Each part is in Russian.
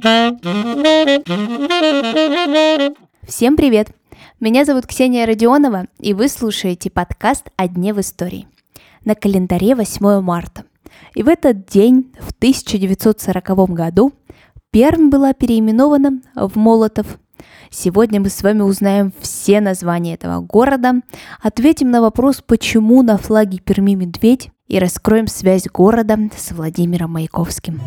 Всем привет! Меня зовут Ксения Родионова, и вы слушаете подкаст «О дне в истории». На календаре 8 марта. И в этот день, в 1940 году, Пермь была переименована в Молотов. Сегодня мы с вами узнаем все названия этого города, ответим на вопрос, почему на флаге Перми медведь, и раскроем связь города с Владимиром Маяковским.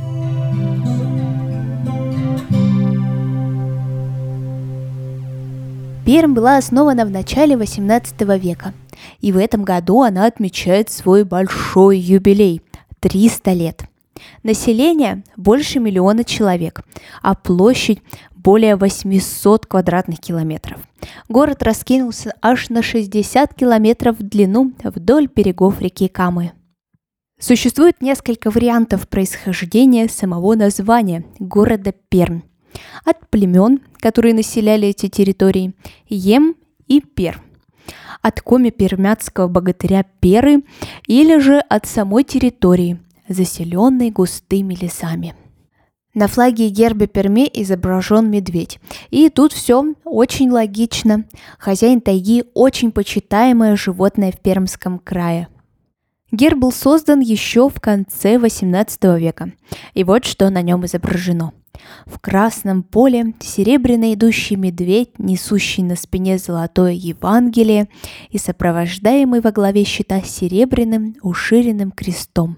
Пермь была основана в начале XVIII века, и в этом году она отмечает свой большой юбилей – 300 лет. Население больше 1 миллиона человек, а площадь более 800 квадратных километров. Город раскинулся аж на 60 километров в длину вдоль берегов реки Камы. Существует несколько вариантов происхождения самого названия города Пермь. От племен, которые населяли эти территории, Ем и Пер. От коми-пермяцкого богатыря Перы или же от самой территории, заселенной густыми лесами. На флаге и гербе Перми изображен медведь. И тут все очень логично. Хозяин тайги – очень почитаемое животное в Пермском крае. Герб был создан еще в конце XVIII века. И вот что на нем изображено. В красном поле серебряно идущий медведь, несущий на спине золотое Евангелие и сопровождаемый во главе щита серебряным уширенным крестом.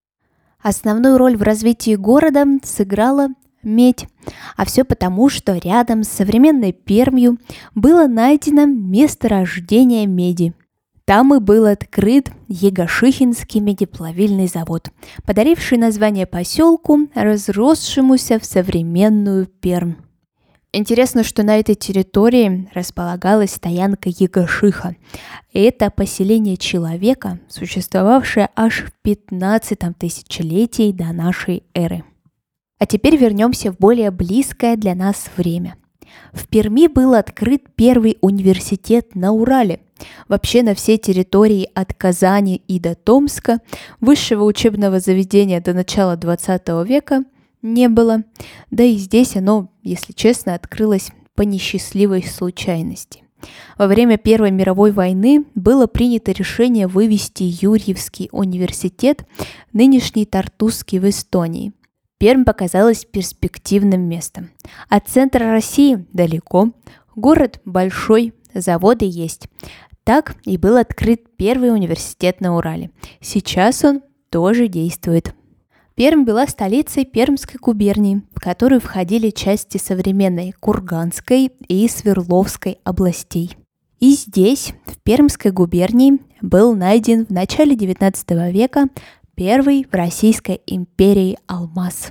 Основную роль в развитии города сыграла медь, а все потому, что рядом с современной Пермью было найдено месторождение меди. Там и был открыт Егошихинский медиплавильный завод, подаривший название поселку, разросшемуся в современную Пермь. Интересно, что на этой территории располагалась стоянка Егошиха. Это поселение человека, существовавшее аж в 15 тысячелетии до нашей эры. А теперь вернемся в более близкое для нас время. В Перми был открыт первый университет на Урале. Вообще на всей территории от Казани и до Томска высшего учебного заведения до начала 20 века не было. Да и здесь оно, если честно, открылось по несчастливой случайности. Во время Первой мировой войны было принято решение вывести Юрьевский университет, нынешний Тартусский в Эстонии. Пермь показалась перспективным местом. От центра России далеко, город большой, заводы есть. Так и был открыт первый университет на Урале. Сейчас он тоже действует. Пермь была столицей Пермской губернии, в которую входили части современной Курганской и Свердловской областей. И здесь, в Пермской губернии, был найден в начале XIX века первый в Российской империи алмаз.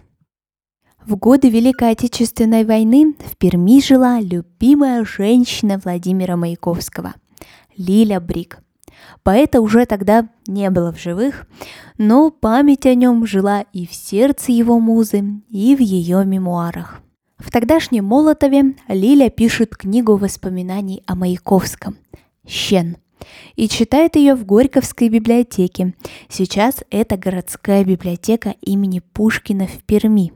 В годы Великой Отечественной войны в Перми жила любимая женщина Владимира Маяковского – Лиля Брик. Поэта уже тогда не было в живых, но память о нем жила и в сердце его музы, и в ее мемуарах. В тогдашнем Молотове Лиля пишет книгу воспоминаний о Маяковском «Щен» и читает ее в Горьковской библиотеке. Сейчас это городская библиотека имени Пушкина в Перми.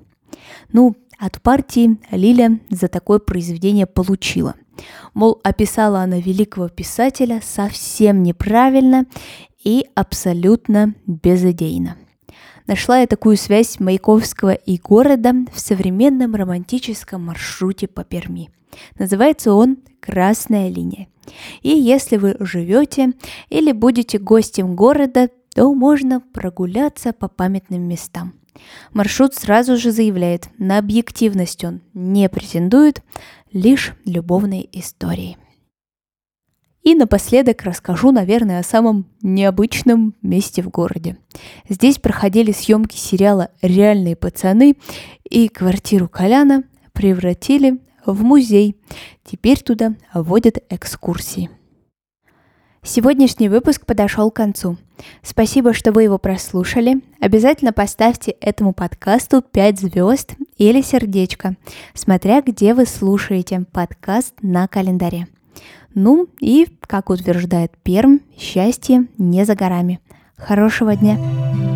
От партии Лиля за такое произведение получила. Мол, описала она великого писателя совсем неправильно и абсолютно безыдейно. Нашла я такую связь Маяковского и города в современном романтическом маршруте по Перми. Называется он «Красная линия». И если вы живете или будете гостем города, то можно прогуляться по памятным местам. Маршрут сразу же заявляет, на объективность он не претендует, лишь любовные истории. И напоследок расскажу, наверное, о самом необычном месте в городе. Здесь проходили съемки сериала «Реальные пацаны», и квартиру Коляна превратили в музей. Теперь туда водят экскурсии. Сегодняшний выпуск подошел к концу. Спасибо, что вы его прослушали. Обязательно поставьте этому подкасту 5 звезд или сердечко, смотря где вы слушаете подкаст на календаре. И, как утверждает Пермь, счастье не за горами. Хорошего дня!